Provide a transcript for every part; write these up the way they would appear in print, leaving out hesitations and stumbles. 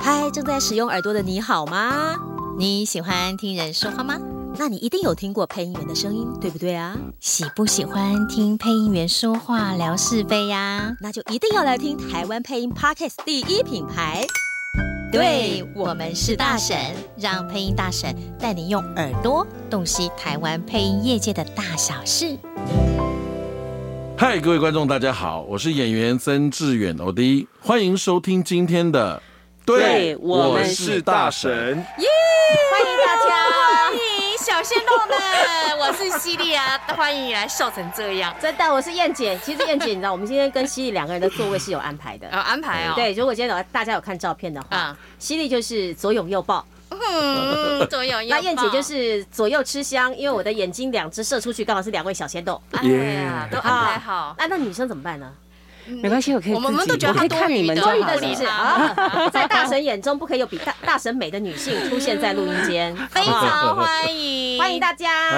嗨，正在使用耳朵的你好吗？ 你喜欢听人说话吗？ 那你一定有听过配音员的声音，对不对啊？ 喜不喜欢听配音员说话聊是非呀？ 那就一定要来听台湾配音 Podcast 第一品牌。 对，我们是大婶，让配音大婶带你用耳朵洞悉台湾配音业界的大小事。 嗨，各位观众，大家好，我是演员曾志远OD，欢迎收听今天的对，我们是大神， 欢迎大家，欢迎小鲜肉们，我是犀利啊，欢迎你来瘦成这样。 真的，我是燕姐。其实燕姐，你知道，我们今天跟犀利两个人的座位是有安排的。 安排哦。 对，如果今天大家有看照片的话，犀利就是左拥右抱。 左拥右抱。 那燕姐就是左右吃香，因为我的眼睛两只射出去，刚好是两位小鲜豆。 哎呀，都安排好。 那女生怎么办呢？ 没关系，我可以自己， 我们都觉得她多余的， 多余的是不是啊？在大神眼中，不可以有比大神美的女性出现在录音间， 非常欢迎， 欢迎大家。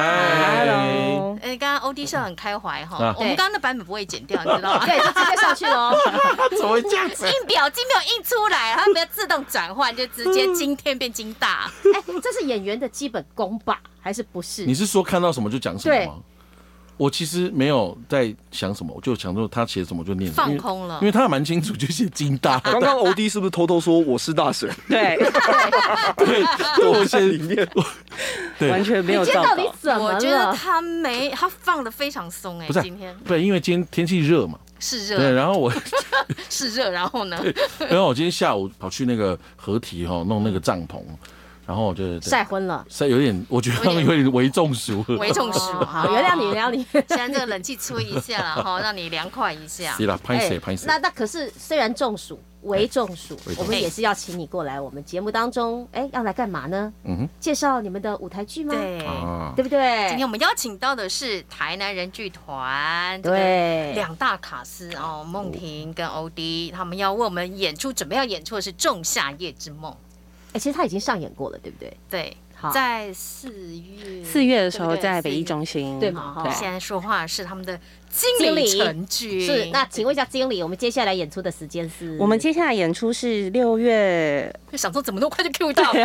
Hello， 刚刚OD 是很开怀哈，我们刚刚的版本不会剪掉，你知道吗？ 对，就直接上去喽。 怎么会这样子？ 印表机没有印出来，它没有自动转换，就直接今天变金大。 这是演员的基本功吧？还是不是？ 你是说看到什么就讲什么吗？我其实没有在想什么，我就想说他写什么就念， 放空了， 因为他蛮清楚，就写金大。 刚刚OD是不是偷偷说我是大神？ 对， 我写里面，对， 完全没有照到底怎么了？ 我觉得他放的非常松不是今天不是因为今天天气热嘛， 是热， 对，然后我是热，然后呢？ 然后我今天下午跑去那个合体弄那个帐篷。然后我就晒昏了， 晒有点，我觉得他们有点微中暑， 微中暑。 好，原谅你，原谅你。 现在这个冷气吹一下了哈，让你凉快一下。 是啦，拍谁拍谁。 那可是虽然中暑，微中暑，我们也是要请你过来我们节目当中，要来干嘛呢？介绍你们的舞台剧吗？ 对， 对不对？ 今天我们邀请到的是台南人剧团， 对， 两大卡司哦，梦婷跟OD，他们要为我们准备要演出的是《仲夏夜之梦》。 其实他已经上演过了，对不对？ 对，在4 月的时候在北艺中心， 对吗？ 现在说话是他们的经理陈俊。 是，那请问一下经理，我们接下来演出的时间是？ 我们接下来演出是6月， 想说怎么那么快就 Q 到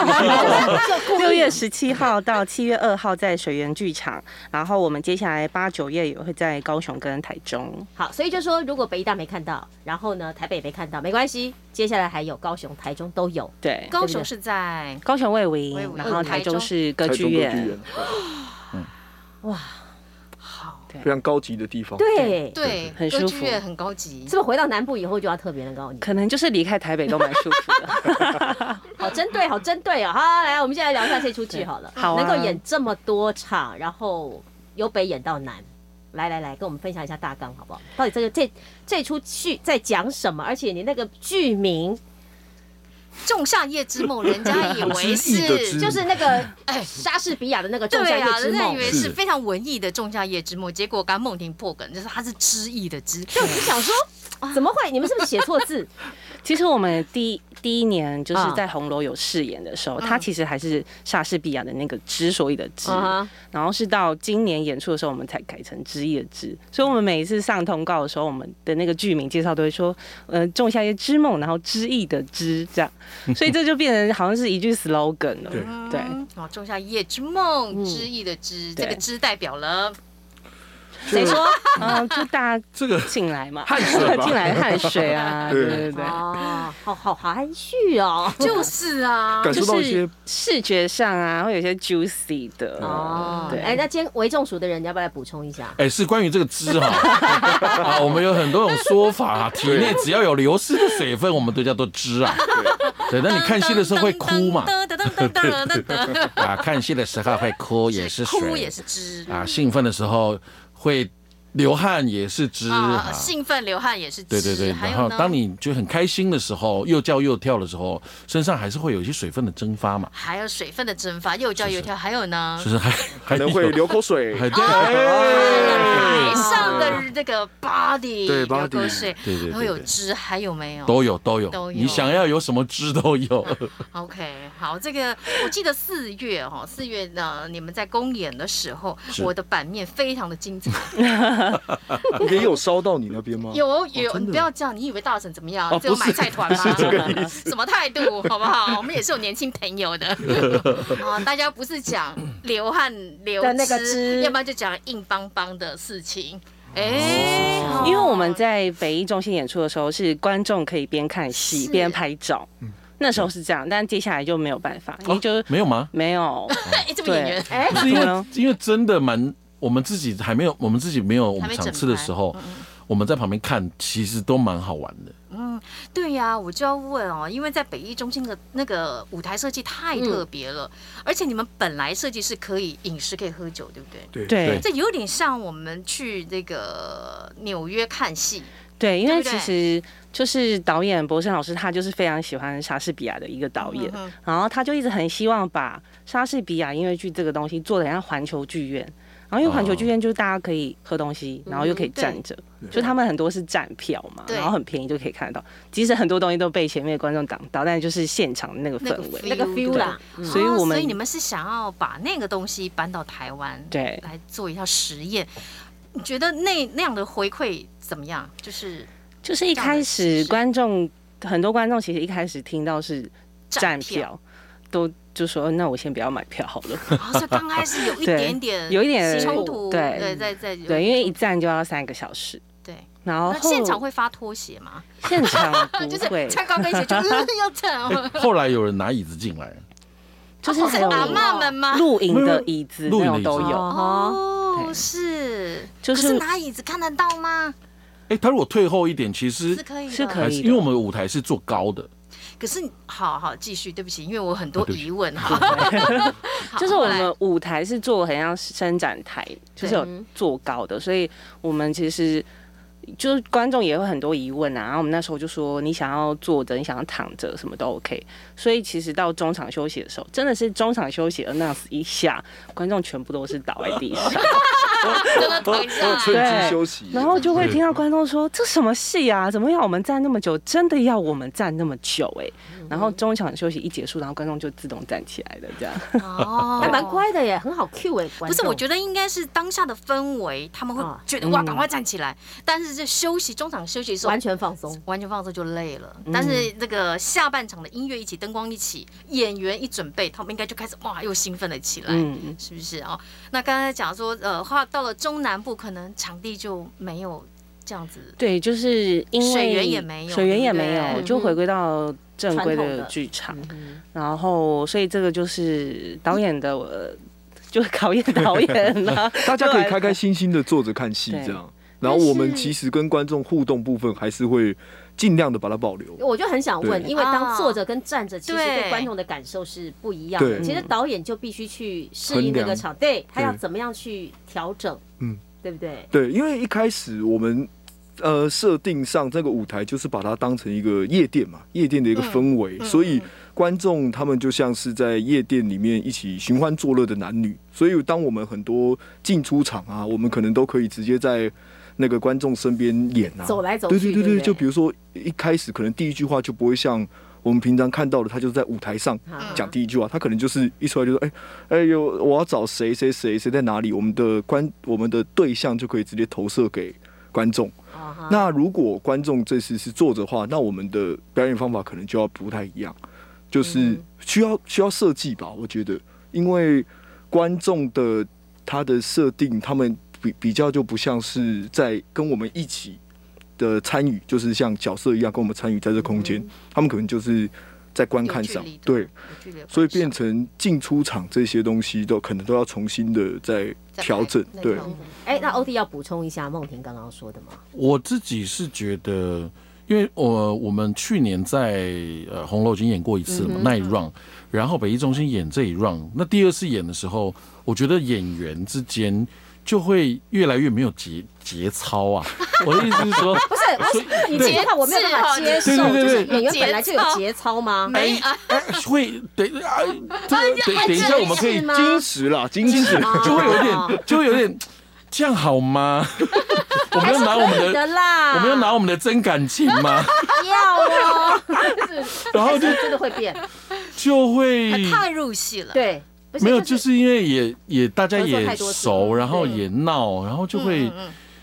？6月17号到7月2号在水源剧场，然后我们接下来8、9月也会在高雄跟台中。 好，所以就说如果北艺大没看到，然后呢台北也没看到，没关系，接下来还有高雄、台中都有。 对， 高雄是在高雄卫武营，然后台中是歌剧院。 哇。 非常高级的地方， 对， 很舒服， 歌剧院很高级。 是不是回到南部以后就要特别的高级？ 可能就是离开台北都蛮舒服的。好针对，好针对哦！好，来，我们现在聊一下这出剧好了。 好， 能够演这么多场，然后由北演到南，来，跟我们分享一下大纲好不好？到底这出剧在讲什么？而且你那个剧名。 仲夏夜之梦，人家以为是就是那个莎士比亚的那个仲夏夜之梦， 人家以为是非常文艺的仲夏夜之梦，结果刚梦婷破梗，就是它是知意的知。 就我想说，怎么会？你们是不是写错字？ 其实我们第一年就是在红楼有饰演的时候，它其实还是莎士比亚的那个之所以的之，然后是到今年演出的时候，我们才改成知意的知。所以我们每一次上通告的时候，我们的那个剧名介绍都会说，仲夏夜之梦，然后知意的知这样，所以这就变成好像是一句 slogan 了。对， 哦，仲夏夜之梦，知意的知，这个知代表了。 谁说？ 就大家这个进来嘛， 汗水进来汗水啊，对。 哦，好含蓄哦， 就是啊， 感受到一些视觉上啊，会有一些 juicy 的哦。对，那今天微中暑的人，你要不要来补充一下？ 是关于这个汁哈，我们有很多种说法啊，体内只要有流失的水分，我们都叫做汁啊。对，那你看戏的时候会哭嘛？看戏的时候会哭也是水， 哭也是汁啊，兴奋的时候会流汗也是汁啊， 兴奋流汗也是汁。 对，然后当你就很开心的时候，又叫又跳的时候，身上还是会有一些水分的蒸发嘛。 还有水分的蒸发，又叫又跳，还有呢， 就是还可能会流口水， 台上的这个 body 流口水， 对， 会有汁，还有没有？ 都有，你想要有什么汁都有。 OK， 好，这个我记得4月呢，你们在公演的时候，我的版面非常的精彩。 也有烧到你那边吗？ 有，你不要这样，你以为大婶怎么样？只有买菜团吗？什么态度，好不好？我们也是有年轻朋友的。大家不是讲流汗流汁，要不然就讲硬邦邦的事情。 因为我们在北艺中心演出的时候，是观众可以边看戏边拍照。那时候是这样，但接下来就没有办法，因为就没有吗？ 没有。 这么演员， 是因为真的我们自己没有我们场次的时候，我们在旁边看，其实都蛮好玩的。 对呀，我就要问哦，因为在北艺中心的那个舞台设计太特别了，而且你们本来设计是可以饮食可以喝酒，对不对？ 对， 这有点像我们去那个纽约看戏。 对，因为其实就是导演博胜老师，他就是非常喜欢莎士比亚的一个导演，然后他就一直很希望把莎士比亚音乐剧这个东西做得像环球剧院。然后因为环球剧院就是大家可以喝东西，然后又可以站着，就他们很多是站票嘛，然后很便宜就可以看得到。即使很多东西都被前面的观众挡到，但就是现场的那个氛围、 那个 feel 啦。 所以你们是想要把那个东西搬到台湾，对，来做一套实验。你觉得那样的回馈怎么样？ 就是一开始很多观众其实一开始听到是站票，都就说那我先不要买票好了。 所以刚开始有一点冲突， 对，因为一站就要3个小时。 对， 然后现场会发拖鞋吗？ 现场就是穿高跟鞋就要站。 后来有人拿椅子进来， 就是还有阿嬷们吗？ 露营的椅子那种都有。 是， 就是拿椅子看得到吗？ 他如果退后一点，其实是可以， 因为我们的舞台是做高的。 可是好继续，对不起，因为我很多疑问哈。 就是我们舞台是做很像伸展台，就是有做高的，所以我们其实就是观众也会很多疑问啊。然后我们那时候就说，你想要坐着，你想要躺着，什么都 OK。所以其实到中场休息的时候，真的是中场休息 announce 一下，观众全部都是倒在地上。 真的躺下， 趁机休息， 然后就会听到观众说：“这什么戏啊？怎么要我们站那么久？真的要我们站那么久？”然后中场休息一结束，然后观众就自动站起来了，这样。 还蛮乖的耶，很好 Q 不是，我觉得应该是当下的氛围，他们会觉得哇，赶快站起来。但是这中场休息的时候， 完全放松就累了。但是那个下半场的音乐一起，灯光一起，演员一准备，他们应该就开始哇，又兴奋了起来，是不是啊？那刚才讲说，到了中南部，可能场地就没有这样子。 对，就是因为水源也没有， 就回归到正规的剧场。然后，所以这个就是导演的，就考验导演了。 大家可以开开心心的坐着看戏，这样。然后我们其实跟观众互动部分还是会尽量的把它保留。 我就很想问，因为当坐着跟站着，其实对观众的感受是不一样的。其实导演就必须去适应那个场，对他要怎么样去调整，对不对？ 对，因为一开始我们设定上这个舞台就是把它当成一个夜店嘛，夜店的一个氛围，所以观众他们就像是在夜店里面一起寻欢作乐的男女。所以当我们很多进出场啊，我们可能都可以直接在那个观众身边演啊， 走来走去。 对，就比如说一开始可能第一句话就不会像我们平常看到的，他就在舞台上讲第一句话，他可能就是一出来就说，我要找谁在哪里，我们的对象就可以直接投射给观众。那如果观众这次是坐着的话，那我们的表演方法可能就要不太一样，就是需要设计吧，我觉得，因为观众的他的设定，他们比较就不像是在跟我们一起的参与，就是像角色一样跟我们参与在这空间，他们可能就是在观看上，对，所以变成进出场这些东西都可能都要重新的再调整，对。 那欧弟要补充一下梦婷刚刚说的吗？ 我自己是觉得，因为我们去年在红楼已经演过一次了嘛，那一 round， 然后北艺中心演这一 round， 那第二次演的时候，我觉得演员之间就会越来越没有节操啊！我的意思是说， 不是你这句话我没有办法接受，就是演员本来就有节操吗？ 没会等一下我们可以矜持啦，矜持就会有点这样好吗？我们要拿我们的真感情吗？ 要哦， 然后就真的会变， 就会太入戏了， 对。 没有，就是因为也大家也熟，然后也闹，然后就会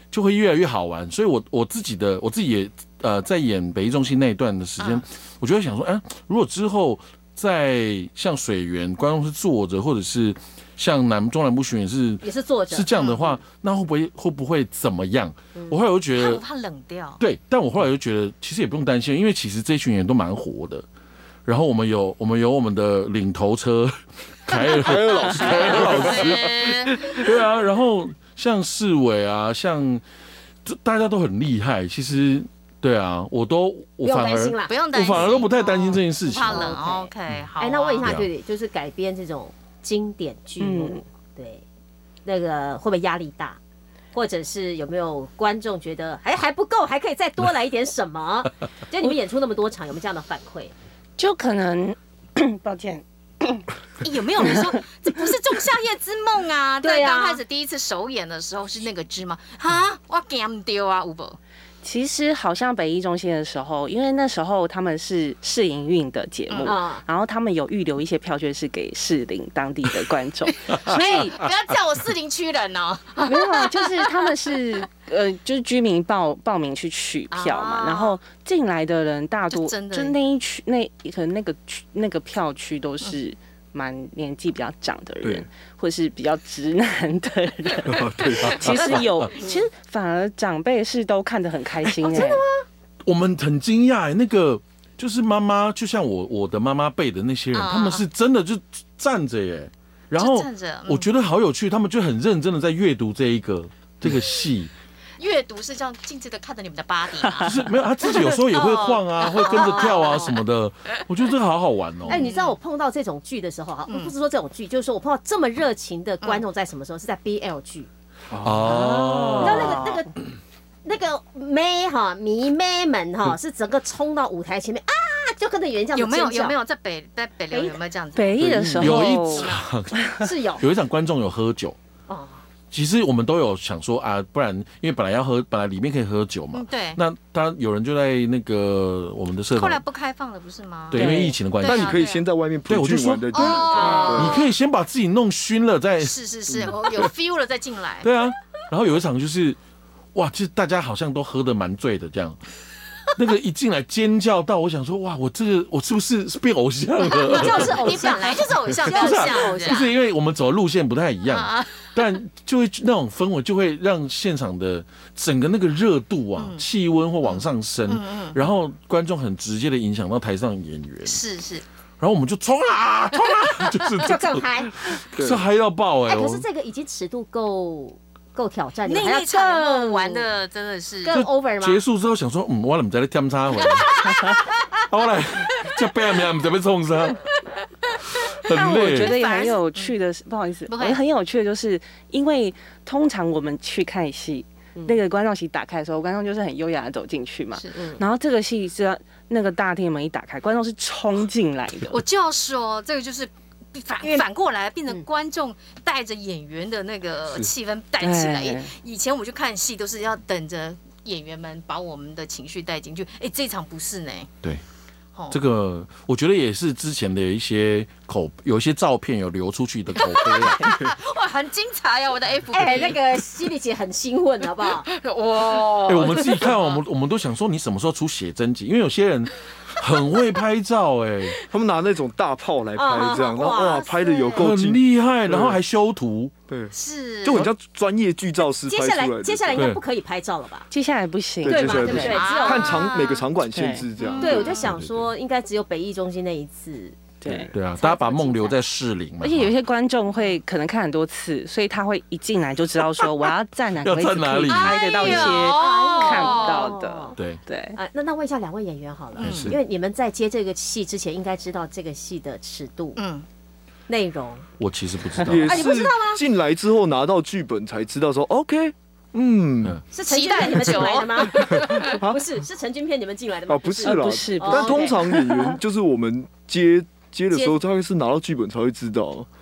就会越来越好玩。所以我自己也在演北艺中心那一段的时间，我就会想说，如果之后在像水源观众是坐着，或者是像中南部巡演也是坐着， 是这样的话，那会不会怎么样？我后来又觉得怕冷掉。 对，但我后来又觉得其实也不用担心，因为其实这一群人都蛮活的。然后我们有我们的领头车凯尔老师，对啊，然后像世伟啊，像大家都很厉害，其实对啊，我反而不用担心， 我反而都不太担心这件事情， 怕冷。OK， 好。 那问一下，对，就是改编这种经典剧目，对，那个会不会压力大？或者是有没有观众觉得还不够，还可以再多来一点什么？就你们演出那么多场，有没有这样的反馈？ 就可能，抱歉， 有没有人说这不是《仲夏夜之梦》啊？ 对啊， 刚开始第一次首演的时候是那个之吗？我惊丢啊，有无？ 其实好像北艺中心的时候，因为那时候他们是试营运的节目，然后他们有预留一些票券是给士林当地的观众，所以不要叫我士林区人哦。 没有，就是他们是就是居民报名去取票嘛，然后进来的人大多就那一区可能那个票区都是蛮年纪比较长的人，或是比较直男的人。其实反而长辈是都看得很开心哎。真的吗？ 我们很惊讶那个就是妈妈，就像我的妈妈辈的那些人，他们是真的就站着耶，然后我觉得好有趣，他们就很认真的在阅读这个戏。 阅读是这样静止的看着你们的 body 吗？ 就是没有，他自己有时候也会晃啊，会跟着跳啊什么的。我觉得这个好好玩哦。 你知道我碰到这种剧的时候，不是说这种剧，就是说我碰到这么热情的观众在什么时候？是在 BL 剧。哦。你知道那个迷妹们是整个冲到舞台前面啊，就跟着演员这样子尖叫。 有没有在北流有没有这样子？ 北艺的时候有一场是有一场观众有喝酒哦。其实我们都有想说啊，不然因为本来里面可以喝酒嘛， 对。 那有人就在那个我们的社团， 后来不开放了，不是吗？ 对，因为疫情的关系。 但你可以先在外面， 对，我就说，你可以先把自己弄熏了，再是，有 feel 了再进来。 对啊，然后有一场就是，哇，其实大家好像都喝得蛮醉的这样。那个一进来尖叫到，我想说哇，我是不是变偶像了？ 你就是偶像， 你本来就是偶像， 就是因为我们走的路线不太一样，但就会那种氛围就会让现场的整个那个热度啊、气温会往上升，然后观众很直接的影响到台上演员。 是。 然后我们就冲啊， 就更嗨， 是嗨到爆哎！ 可是这个已经尺度够挑战， 那场玩的真的是更 over 吗？ 结束之后想说，我怎么在那添差回来？后来这背面不知道被冲啥， 但我觉得也很有趣的是，不好意思，很有趣的就是，因为通常我们去看戏，那个观众席打开的时候，观众就是很优雅的走进去嘛。然后这个戏是那个大厅门一打开，观众是冲进来的。 我就要说，这个就是反过来变成观众带着演员的那个气氛带起来。以前我们去看戏都是要等着演员们把我们的情绪带进去，这场不是呢。 对。这个我觉得也是之前的有一些照片有流出去的口碑啊， 哇，很精彩啊！我的 FB， 那个犀利姐很兴奋，好不好？ 哇！我们自己看，我们都想说你什么时候出写真集？因为有些人很会拍照， 他们拿那种大炮来拍，这样，然后哇，拍的有够很厉害，然后还修图。 对， 是就很像专业剧照师拍出来的。 接下来应该不可以拍照了吧？ 接下来不行， 对嘛？对不对？ 看每个场馆限制这样。 对，我就想说，应该只有北艺中心那一次。 对啊，大家把梦留在士林嘛。 而且有些观众会可能看很多次，所以他会一进来就知道说我要站哪个位置可以拍得到一些看不到的。 对。 那问一下两位演员好了，因为你们在接这个戏之前，应该知道这个戏的尺度。内容我其实不知道， 也是进来之后拿到剧本才知道说 OK， 是陈君骗你们进来的吗？不是，是陈君骗你们进来的吗？ 不是啦， 不是。 但通常演员就是我们接的时候，大概是拿到剧本才会知道。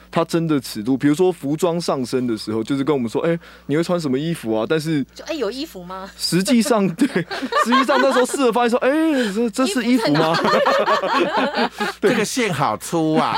它真的尺度，比如说服装上身的时候，就是跟我们说，你会穿什么衣服啊？但是就有衣服吗？ 实际上那时候试了发现说，这是衣服吗？ 这个线好粗啊！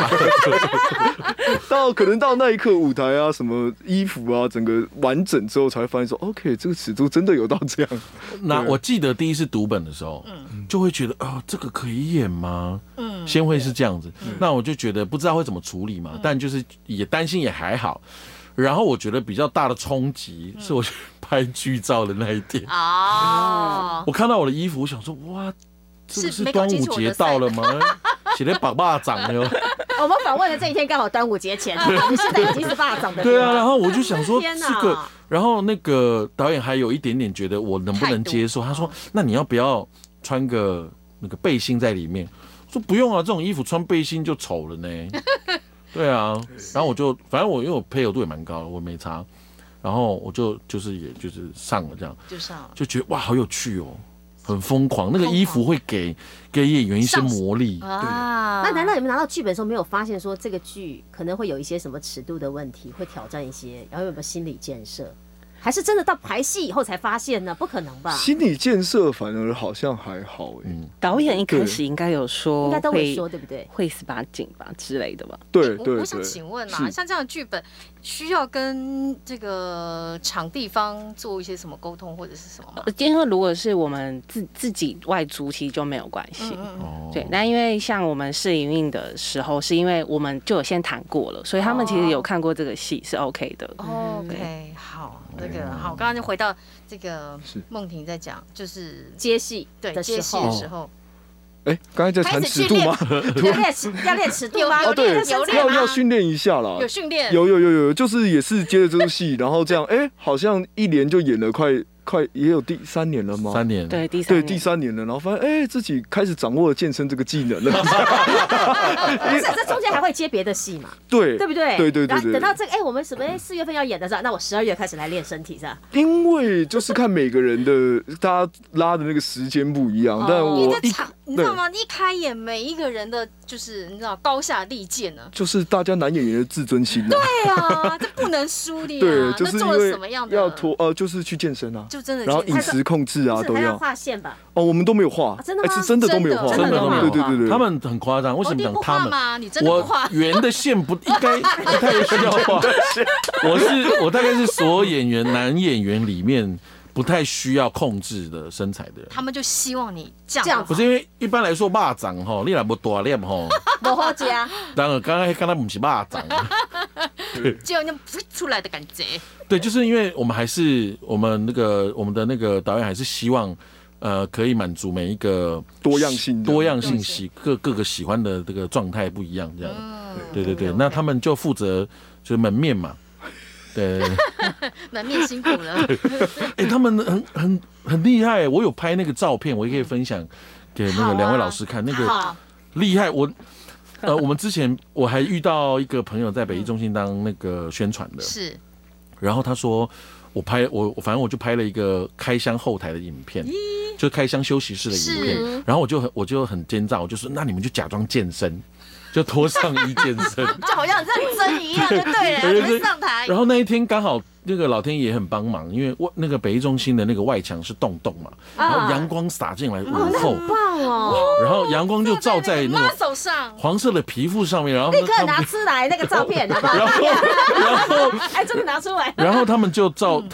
可能到那一刻舞台啊，什么衣服啊，整个完整之后才会发现说 ，OK， 这个尺度真的有到这样。 那我记得第一次读本的时候，就会觉得这个可以演吗？先会是这样子，那我就觉得不知道会怎么处理嘛，但就是也担心也还好。然后我觉得比较大的冲击是我去拍剧照的那一天我看到我的衣服，我想说哇，这个是端午节到了吗？写的把巴掌哟。 我们访问的这一天刚好端午节前，你现在已经是巴掌的。 对啊，然后我就想说这个，然后那个导演还有一点点觉得我能不能接受，他说那你要不要穿个那个背心在里面？我说不用啊，这种衣服穿背心就丑了呢。对啊，然后我就反正因为我配合度也蛮高的，我没差，然后我就是也就是上了这样，就觉得哇好有趣哦，很疯狂，那个衣服会给演员一些魔力啊。那难道你们拿到剧本的时候没有发现说这个剧可能会有一些什么尺度的问题，会挑战一些，然后有没有心理建设？还是真的到排戏以后才发现呢？不可能吧？ 心理建设反而好像还好导演一开始应该有说， 应该都会说对不对？ 会18禁吧之类的吧？ 对。 我想请问啊，像这样的剧本需要跟这个场地方做一些什么沟通或者是什么吗？ 因为如果是我们自己外租，其实就没有关系。对，那因为像我们试营运的时候，是因为我们就有先谈过了，所以他们其实有看过这个戏是 OK 的。 OK， 好。好，刚刚就回到这个梦婷在讲，就是接戏的时候。 刚才在谈尺度吗？ 要练尺度吗？ 对，要训练一下啦。 有训练， 有，就是也是接着这部戏，然后这样，好像一连就演了快也有第3年了吗？3 年， 对，第 3年了，然后发现自己开始掌握了健身这个技能了。 不是，这中间还会接别的戏嘛？ 对不对？ 对。 等到这个我们什么4月份要演的时候，那我12月开始来练身体是吧？ 因为就是看每个人的大家拉的那个时间不一样，但我你知道吗？一开演每一个人的就是你知道高下立见呢， 就是大家男演员的自尊心。 对啊，这不能输的。 对，就是因为什么样的要就是去健身啊， 就真的， 然后饮食控制啊都要画线吧。 我们都没有画， 真的吗？ 是真的都没有画， 真的都没有画。 对， 他们很夸张，为什么讲他们？ 你真的不画？ 我圆的线不太需要画。我大概是所有男演员里面不太需要控制的身材的人， 他们就希望你这样。 不是因为一般来说肉掌你若不大练不好吃啊。 当然，刚才不是肉掌， 就有那出来的感觉。 对，就是因为我们的那个导演还是希望可以满足每一个多样性各个喜欢的这个状态不一样，这样。对，那他们就负责就是门面嘛。对， 门面辛苦了。 他们很厉害，我有拍那个照片，我也可以分享给那个2位老师看。那个厉害，我们之前我还遇到一个朋友在北艺中心当那个宣传的， 是。 然后他说反正我就拍了一个开箱后台的影片，就开箱休息室的影片。然后我就很奸诈，我就说那你们就假装健身。就脱上衣健身， 就好像认真一样，就对了，准备上台。 然后那一天刚好那个老天爷很帮忙，因为那个北艺中心的那个外墙是洞嘛，然后阳光洒进来，午后， 棒哦。 然后阳光就照在那个手上黄色的皮肤上面，然后立刻拿出来那个照片，好不好？ 然后真的拿出来。 然后他们就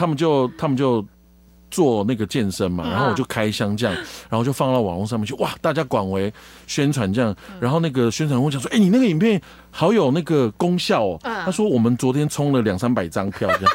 做那个健身嘛，然后我就开箱这样，然后就放到网络上面去，哇，大家广为宣传这样，然后那个宣传跟我讲说，你那个影片好有那个功效哦，他说我们昨天冲了200-300张票这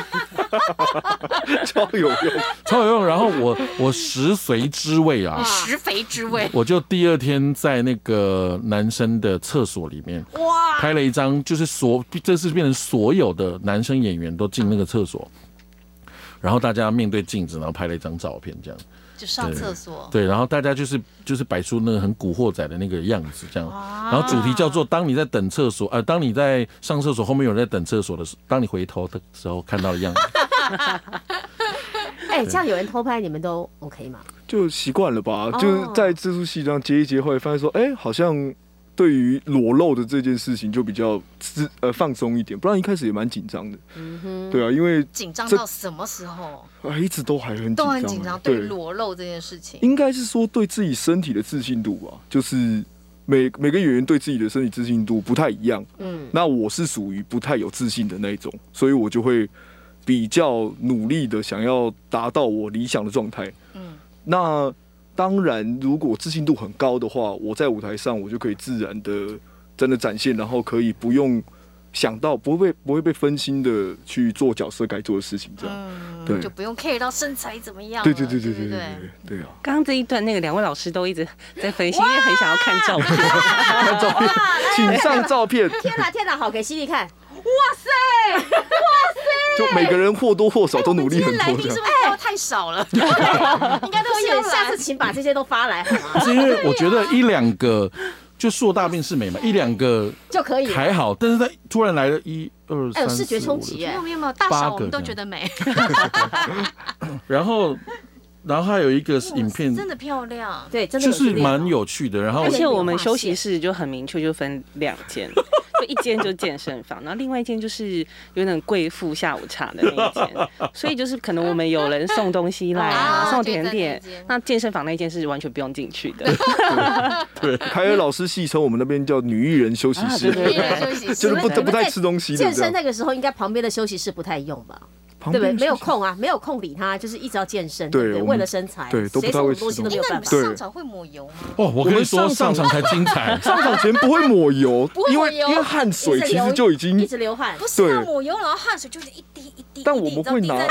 样， 超有用，然后我食髓知味啊， 食肥知味， 我就第2天在那个男生的厕所里面，哇，拍了一张，就是这次变成所有的男生演员都进那个厕所。然后大家面对镜子，然后拍了一张照片，这样就上厕所。 对，然后大家就是摆出那个很古惑仔的那个样子，这样。然后主题叫做“当你在等厕所，当你在上厕所，后面有人在等厕所的时候，当你回头的时候看到的样子。” 这样有人偷拍，你们都 OK 吗？ 就习惯了吧，就是在这出戏这样接一接，会发现说，好像对于裸露的这件事情就比较放松一点，不然一开始也蛮紧张的。对啊，因为紧张到什么时候？ 一直都还很紧张， 都很紧张。对于裸露这件事情， 应该是说对自己身体的自信度吧，就是每个演员对自己的身体自信度不太一样。那我是属于不太有自信的那一种，所以我就会比较努力的想要达到我理想的状态。那当然，如果自信度很高的话，我在舞台上我就可以自然的真的展现，然后可以不用想到，不会被分心的去做角色该做的事情，这样。对， 就不用 care 到身材怎么样。 对啊！ 刚刚这一段那个2位老师都一直在分析，因为很想要看照片。 看照片，请上照片。 天哪，好给犀利看！哇塞！ 就每个人或多或少都努力很多，这样。 是不是要太少了？应该都是。下次请把这些都发来好吗？ 是因为我觉得1-2个就硕大便是美嘛，1-2个就可以还好，但是他突然来了1、2、3、4、 视觉冲击没有，大小我们都觉得美。 然后还有一个影片真的漂亮， 对，真的就是蛮有趣的。然后而且我们休息室就很明确，就分2间。就一间就健身房，然后另外一间就是有点贵妇下午茶的那一间，所以就是可能我们有人送东西来啊，送甜点，那健身房那一间是完全不用进去的。 对，凯尔老师戏称我们那边叫女艺人休息室，就是不太吃东西的。 健身那个时候应该旁边的休息室不太用吧？对不对？没有空啊，没有空理他，就是一直要健身，对不对？为了身材， 对，都不太会吃东西， 都没有办法。上场会抹油吗？ 我跟你说，上场才精彩。 上场前不会抹油，因为汗水其实就已经一直流汗， 不是要抹油，然后汗水就是一滴一滴。 但我们会拿，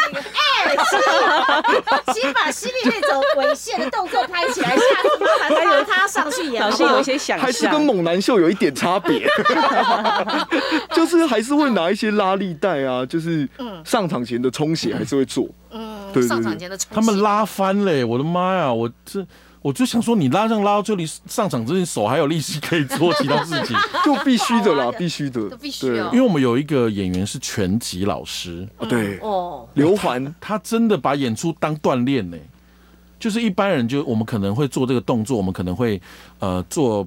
请把犀利那种猥亵的动作拍起来，下次麻烦让他上去演。 老师有一些想象， 还是跟猛男秀有一点差别，就是还是会拿一些拉力带啊，就是上场前的冲洗还是会做。 对，上场前的冲洗。 他们拉翻嘞，我的妈呀！我就想说，你拉到这里，上场之前手还有力气可以做其他事情， 就必须的啦，必须的， 必须。 因为我们有一个演员是拳击老师， 对，刘环， 他真的把演出当锻炼呢。就是一般人我们可能会做这个动作，我们可能会做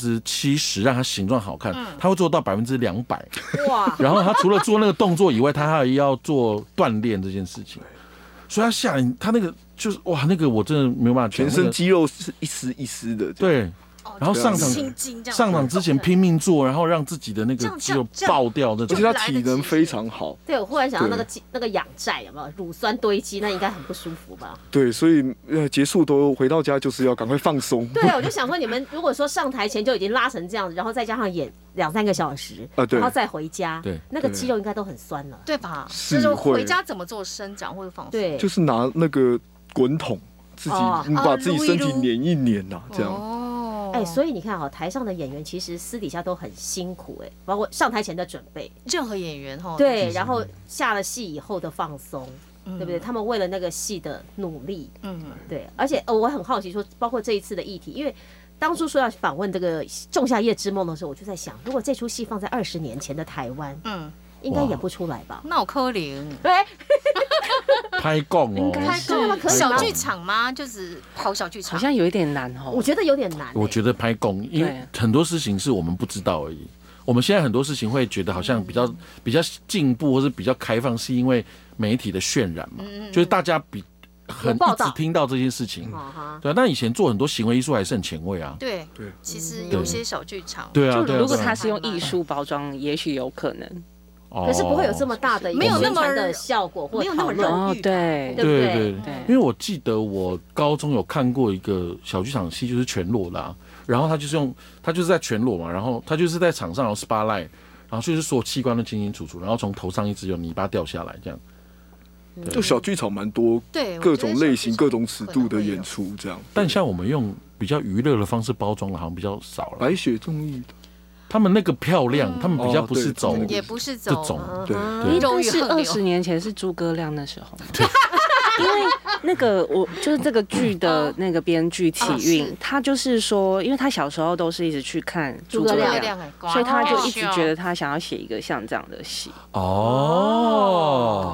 70%让它形状好看，他会做到200%。哇！然后他除了做那个动作以外，他还要做锻炼这件事情。所以他下来，他那个就是哇，那个我真的没有办法， 全身肌肉是一丝一丝的。 对，然后上场之前拼命做，然后让自己的那个肌肉爆掉的， 而且他体能非常好。 对，我忽然想到那个仰债有没有乳酸堆积，那应该很不舒服吧？ 对，所以结束都回到家就是要赶快放松。 对啊，我就想说，你们如果说上台前就已经拉成这样子，然后再加上演2-3个小时，然后再回家，对，那个肌肉应该都很酸了， 对吧？就是回家怎么做伸展或者放松？ 对， 就是拿那个滚筒自己把自己身体捻一捻呐，这样。 所以你看台上的演员其实私底下都很辛苦包括上台前的准备， 任何演员对，然后下了戏以后的放松，对不对？他们为了那个戏的努力，对，而且我很好奇说，包括这一次的议题，因为当初说要访问这个《仲夏夜之梦》的时候，我就在想，如果这出戏放在20年前的台湾，应该演不出来吧？ 那我可能对。 拍供应该是小剧场吗？就是跑小剧场， 好像有一点难我觉得有点难。 我觉得拍供，因为很多事情是我们不知道而已。我们现在很多事情会觉得好像比较进步，或是比较开放，是因为媒体的渲染嘛，就是大家一直听到这件事情，对啊。但以前做很多行为艺术还是很前卫啊。 对，其实有些小剧场， 对啊， 如果他是用艺术包装，也许有可能。 可是不会有这么大的没有那么的效果，或没有那么荣誉， 对不对？因为我记得我高中有看过一个小剧场戏，就是全裸啦，然后他就是在全裸嘛，然后他就是在场上有 spotlight， 然后就是所有器官都清清楚楚，然后从头上一直有泥巴掉下来这样。 就小剧场蛮多，对各种类型、各种尺度的演出这样。 但像我们用比较娱乐的方式包装的，好像比较少了。 白雪综艺的。 他们那个漂亮，他们比较不是走， 也不是走这种， 对， 但是20年前是诸葛亮的时候，因为那个我就是这个剧的那个编剧启运，他就是说，因为他小时候都是一直去看诸葛亮，所以他就一直觉得他想要写一个像这样的戏。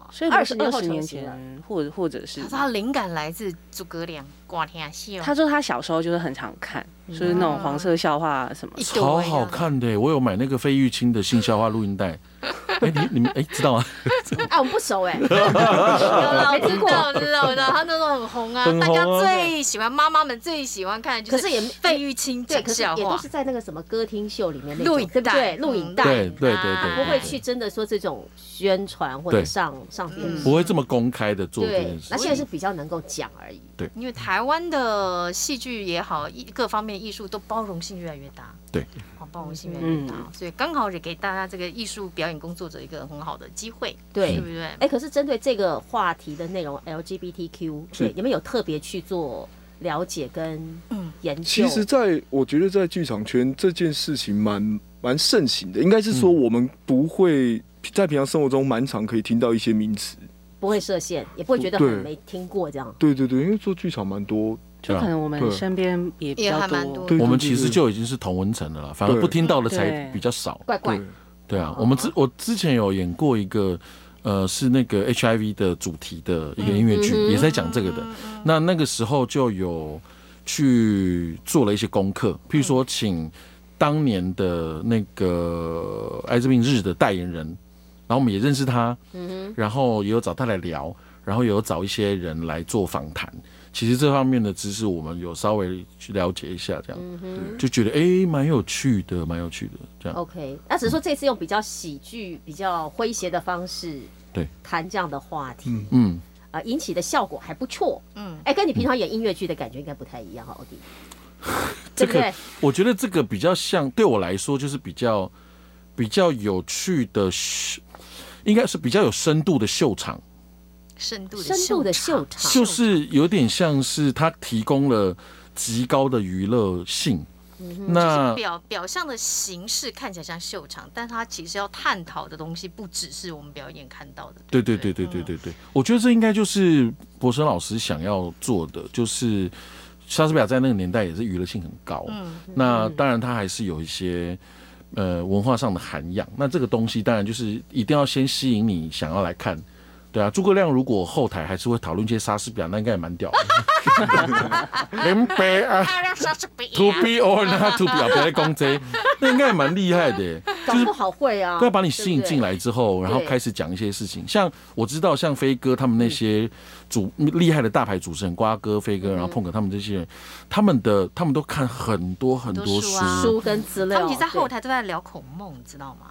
所以20年前，或者是他灵感来自诸葛亮瓜天戏。 他说他小时候就是很常看，就是那种黄色笑话什么， 超好看的。我有买那个费玉清的性笑话录音带。你们知道吗？ 我们不熟哎。 有啦，我知道，他那时候很红啊，大家最喜欢，妈妈们最喜欢看的就是费玉清讲笑话， 也都是在那个什么歌厅秀里面那种，对不对？录影带， 对， 不会去真的说这种宣传或者上电视， 不会这么公开的做这件事。 那现在是比较能够讲而已。 对， 因为台湾的戏剧也好，各方面艺术都包容性越来越大。 对， 包容性越来越大，所以刚好也给大家这个艺术表演工作者一个很好的机会，对不对？ 可是针对这个话题的内容 LGBTQ， 你们有特别去做了解跟研究？ 其实我觉得在剧场圈这件事情蛮盛行的，应该是说我们不会在平常生活中蛮常可以听到一些名词， 不会设限，也不会觉得很没听过这样。 对，因为做剧场蛮多。 就可能我们身边也比较多， 我们其实就已经是同温层了啦，反而不听到的才比较少。 怪怪。 对啊，我之前有演过一个是那个 HIV 的主题的一个音乐剧，也是在讲这个的。那个时候就有去做了一些功课，譬如说请当年的那个艾滋病日的代言人，然后我们也认识他，然后也有找他来聊，然后也有找一些人来做访谈。其实这方面的知识我们有稍微去了解一下，这样就觉得蛮有趣的，这样。 OK， 那只是说这次用比较喜剧、比较诙谐的方式，对，谈这样的话题，引起的效果还不错，跟你平常演音乐剧的感觉应该不太一样，奥迪。 这个我觉得这个比较像，对我来说就是比较有趣的，应该是比较有深度的秀场。 深度的秀场就是有点像是它提供了极高的娱乐性， 那表象的形式看起来像秀场，但它其实要探讨的东西不只是我们表演看到的。 对，我觉得这应该就是博生老师想要做的，就是莎士比亚在那个年代也是娱乐性很高，那当然它还是有一些文化上的涵养，那这个东西当然就是一定要先吸引你想要来看。对啊，诸葛亮如果后台还是会讨论一些莎士比亚，那应该也蛮屌的。To be or not to be， 不要再讲这，那应该也蛮厉害的。 搞不好会啊， 要把你吸引进来之后，然后开始讲一些事情。像我知道，像飞哥他们那些厉害的大牌主持人，瓜哥、飞哥，然后碰哥他们这些人，他们都看很多书跟资料， 他们其实在后台都在聊孔孟，你知道吗？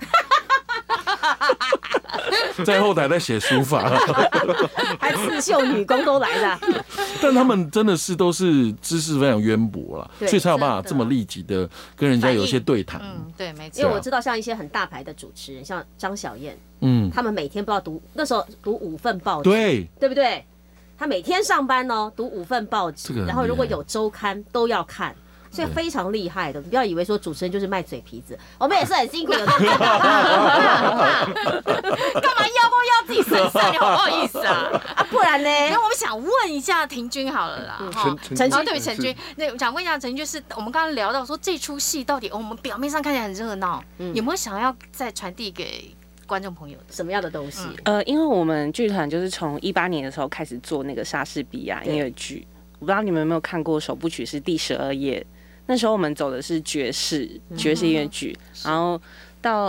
在后台在写书法， 还刺绣女工都来了。 但他们真的是都是知识非常渊博啦，所以才有办法这么立即的跟人家有一些对谈。 对，没错。 因为我知道像一些很大牌的主持人，像张小燕，他们每天不知道那时候读5份报纸，对不对？他每天上班读5份报纸，然后如果有周刊都要看。所以非常厉害的，你不要以为说主持人就是卖嘴皮子，我们也是很辛苦的。干嘛要自己身上？你好不好意思啊？不然呢？ 因为我们想问一下廷君好了啦，陈君，对，陈君，那我想问一下陈君，就是我们刚刚聊到说这出戏到底，我们表面上看起来很热闹，有没有想要再传递给观众朋友什么样的东西？ 因为我们剧团就是从18年的时候开始做那个莎士比亚音乐剧，我不知道你们有没有看过，首部曲是第12页。那时候我们走的是爵士音乐剧，然后到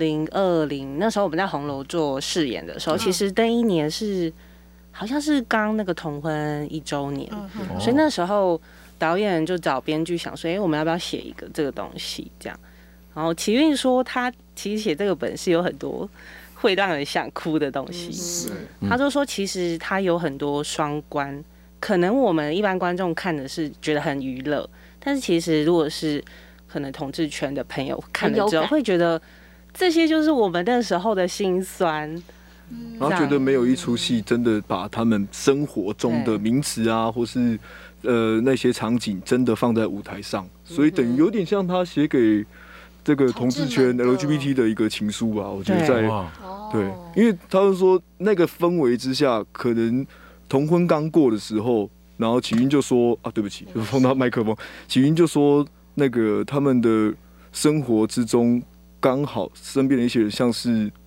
2020那时候我们在红楼做试演的时候，其实那一年是好像是刚那个同婚1周年，所以那时候导演就找编剧想说，我们要不要写一个这个东西这样？然后启运说他其实写这个本是有很多会让人想哭的东西，他就说其实他有很多双关，可能我们一般观众看的是觉得很娱乐。但是其实，如果是可能同志圈的朋友看了之后，会觉得这些就是我们那时候的辛酸， 然后觉得没有一出戏真的把他们生活中的名词啊，或是那些场景真的放在舞台上，所以等于有点像他写给这个同志圈 LGBT 的一个情书吧。我觉得对，因为他们说那个氛围之下，可能同婚刚过的时候。然后启云就说对不起，就碰到麦克风。启云就说，那个他们的生活之中，刚好身边的一些人像是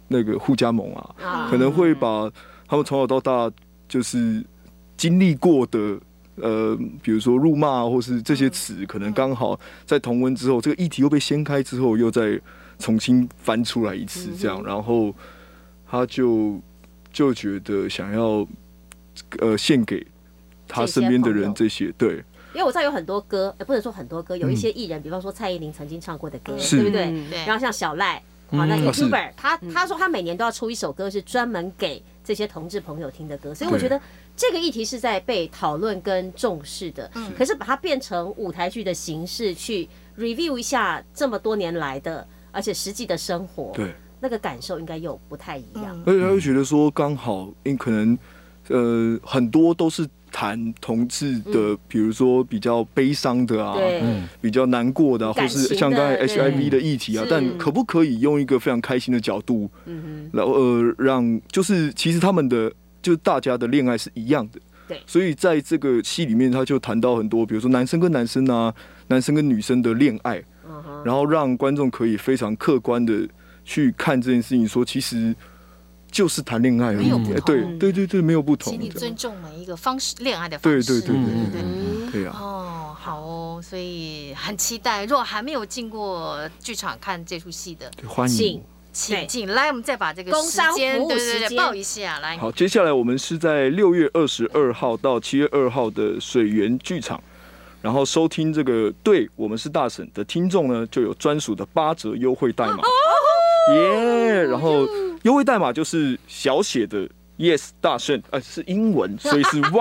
那个互加盟啊，可能会把他们从小到大就是经历过的比如说辱骂或是这些词，可能刚好在同温之后，这个议题又被掀开之后，又再重新翻出来一次，这样，然后他就觉得想要献给他身边的人这些，对。 因为我知道有很多歌，不能说很多歌，有一些艺人，比方说蔡依林曾经唱过的歌，对不对？然后像小赖，好，那 YouTuber， 他说他每年都要出一首歌，是专门给这些同志朋友听的歌，所以我觉得这个议题是在被讨论跟重视的。可是把它变成舞台剧的形式去 review 一下这么多年来的，而且实际的生活，对，那个感受应该又不太一样。 而且他会觉得说，刚好因可能很多都是谈同志的，比如说比较悲伤的啊，比较难过的啊，或是像刚才 HIV 的议题啊，但可不可以用一个非常开心的角度，然后让就是其实他们的就大家的恋爱是一样的，对，所以在这个戏里面，他就谈到很多，比如说男生跟男生啊，男生跟女生的恋爱，然后让观众可以非常客观的去看这件事情，说其实。就是谈恋爱而已，对，没有不同。 请你尊重每一个恋爱的方式。 对啊。 哦，好哦，所以很期待。如果还没有进过剧场看这出戏的， 欢迎请进来。我们再把这个时间对报一下来。 好，接下来我们是在6月22号到7月2号的水源剧场，然后收听这个对我们是大婶的听众呢，就有专属的8折优惠代码。耶！然后优惠代码就是小写的 Yes 大圣，是英文，所以是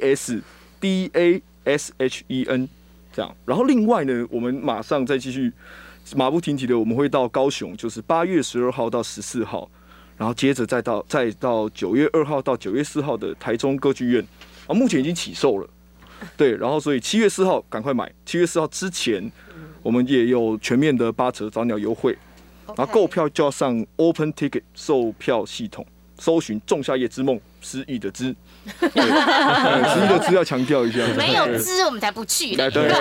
YESDASHEN 这样。然后另外呢，我们马上再继续马不停蹄的，我们会到高雄，就是8月12号到14号，然后接着再到9月2号到9月4号的台中歌剧院，目前已经起售了。对，然后所以7月4号赶快买，7月4号之前我们也有全面的8折早鸟优惠。然后购票就要上 Open Ticket 售票系统，搜寻《仲夏夜之梦》失忆的之，失忆的之要强调一下， 没有之我们才不去。对，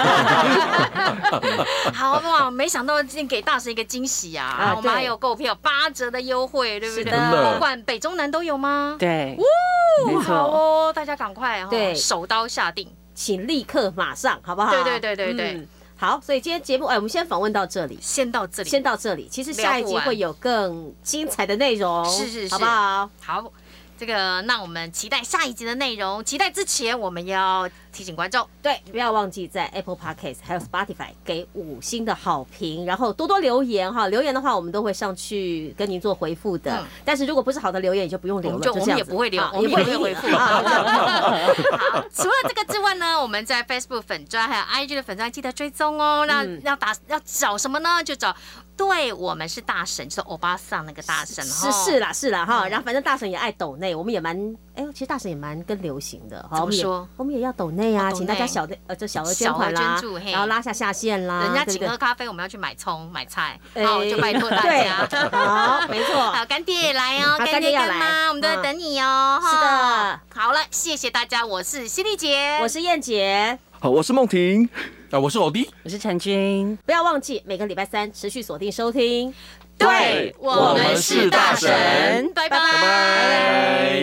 好哇！没想到今天给大神一个惊喜啊！我们还有购票8折的优惠，对不对？不管北中南都有吗？ 对， 没错哦，大家赶快手刀下定， 请立刻马上，好不好？ 对。 好，所以今天节目，我们先访问到这里， 先到这里。其实下一集会有更精彩的内容，是，好不好？好，这个那我们期待下一集的内容。期待之前，我们要提醒观众， 对，不要忘记在 Apple Podcast 还有 Spotify 给5星的好评，然后多多留言哈。留言的话，我们都会上去跟您做回复的。但是如果不是好的留言，你就不用留了， 我们也不会留，我们也不会回复。好，除了这个之外呢，我们在 Facebook 粉专还有 IG 的粉专记得追踪哦。那要找什么呢？就找。对，我们是大神，就是欧巴桑那个大神是啦哈。然后反正大神也爱抖内，我们也蛮其实大神也蛮跟流行的。 怎么说？ 我们也要抖内啊，请大家小额捐款啦，然后拉下线啦。 人家请喝咖啡，我们要去买葱买菜，好，就拜托大家。 好，没错。 好，干爹也来哦，干爹干妈，我们都在等你哦。 是的， 好了，谢谢大家，我是犀利姐， 我是燕姐。 好，我是梦婷， 我是偶弟， 我是陈君。 不要忘记每个礼拜3持续锁定收听。 对，我们是大神，拜拜。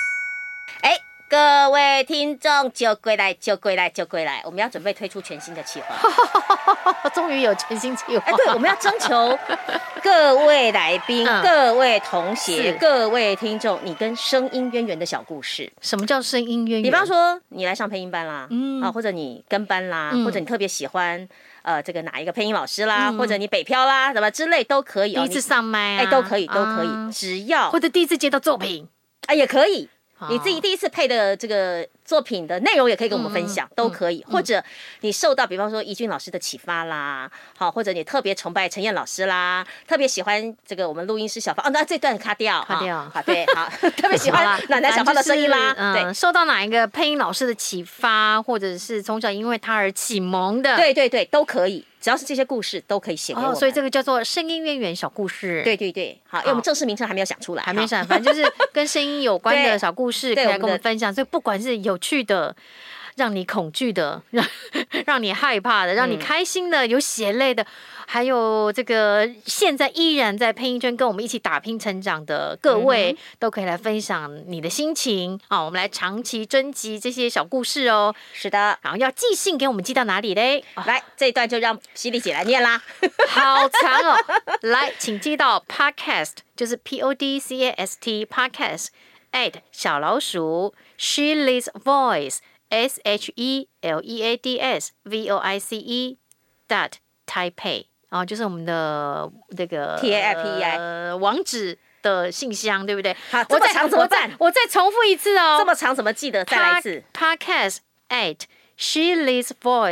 各位听众，就归来，我们要准备推出全新的企划。 终于有全新企划。 对，我们要征求各位来宾、各位同学、各位听众，你跟声音渊源的小故事。 什么叫声音渊源？ 比方说，你来上配音班啦，或者你跟班啦，或者你特别喜欢这个哪一个配音老师啦，或者你北漂啦，什么之类都可以。 第一次上麦啊， 都可以，只要或者第一次接到作品， 也可以。你自己第一次配的这个作品的内容也可以跟我们分享，都可以。或者你受到比方说怡君老师的启发啦，好，或者你特别崇拜陈燕老师啦，特别喜欢这个我们录音师小芳，那这段卡掉，好，对，好，特别喜欢奶奶小芳的声音啦，对， 受到哪一个配音老师的启发，或者是从小因为他而启蒙的， 对，都可以。只要是这些故事都可以写给我们， 所以这个叫做声音渊源小故事。 对，好，因为我们正式名称还没有想出来， 反正就是跟声音有关的小故事，可以来跟我们分享。所以不管是有趣的、 让你恐惧的，让你害怕的，让你开心的，有血泪的，还有这个现在依然在配音圈跟我们一起打拼成长的各位，都可以来分享你的心情啊！我们来长期征集这些小故事哦。 是的， 然后要寄信给我们，寄到哪里嘞？ 来，这一段就让犀利姐来念啦。 好长哦，来，请寄到 podcast， 就是 podcast podcast @ 小老鼠 Sheila's Voice SHELEADS VOICE.Taipei 啊，就是我们的这个 TAIPEI 网址的信箱，对不对？ 好，这么长怎么办？ 我再重复一次哦， 这么长怎么记得？再来一次 podcast @ Sheila's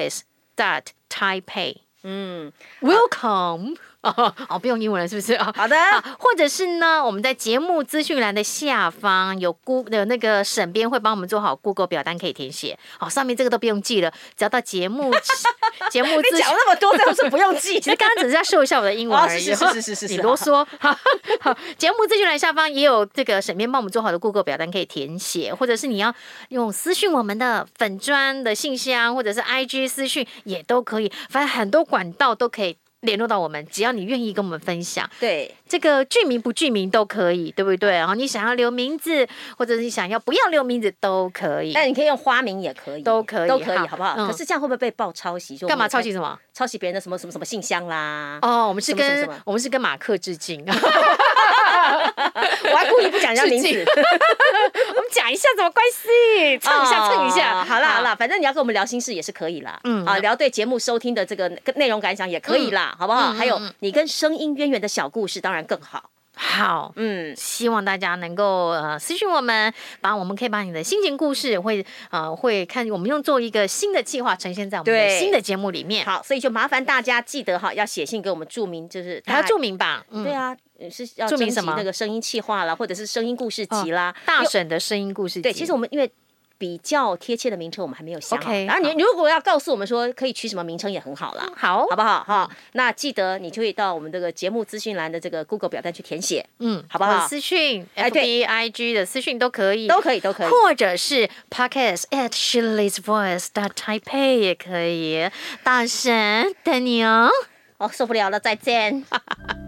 Voice.Taipei。Welcome。哦，不用英文了，是不是？ 好的。 或者是呢，我们在节目资讯栏的下方有那个审编会帮我们做好 Google 表单可以填写。好，上面这个都不用记了，只要到节目资讯。 你讲那么多，这都是不用记。 其实刚刚只是在秀一下我的英文而已。 是， 你啰嗦。好，节目资讯栏下方也有这个审编帮我们做好的 Google 表单可以填写，或者是你要用私讯我们的粉专的信箱，或者是 IG 私讯也都可以，反正很多管道都可以联络到我们，只要你愿意跟我们分享， 对， 这个剧名不剧名都可以，对不对？然后你想要留名字，或者是你想要不要留名字都可以。 但你可以用花名也可以， 都可以， 好不好？可是这样会不会被爆抄袭？ 干嘛抄袭什么？ 抄袭别人的什么信箱啦？ 哦，我们是跟马克致敬。 我还故意不讲人家名字， 我们讲一下怎么关系，蹭一下。 好啦，反正你要跟我们聊心事也是可以啦。聊对节目收听的这个内容感想也可以啦，好不好？还有你跟声音渊源的小故事，当然更好。 好，希望大家能够私讯我们，我们可以把你的心情故事会看我们做一个新的计划呈现在我们的新的节目里面。 好，所以就麻烦大家记得要写信给我们注明，就是还要注明吧？ 对啊。是要注明什么？那个声音企划啦，或者是声音故事集啦， 大婶的声音故事集。 对，其实我们因为比较贴切的名称我们还没有想好。 然后你如果要告诉我们说可以取什么名称也很好啦，好不好？哈，那记得你就会到我们这个节目资讯栏的这个 Google 表单去填写，好不好？ 私讯 FB、IG 的私讯都可以， 都可以， 或者是 podcast @ Sheila's Voice.Taipei 也可以。大婶等你哦。 受不了了，再见。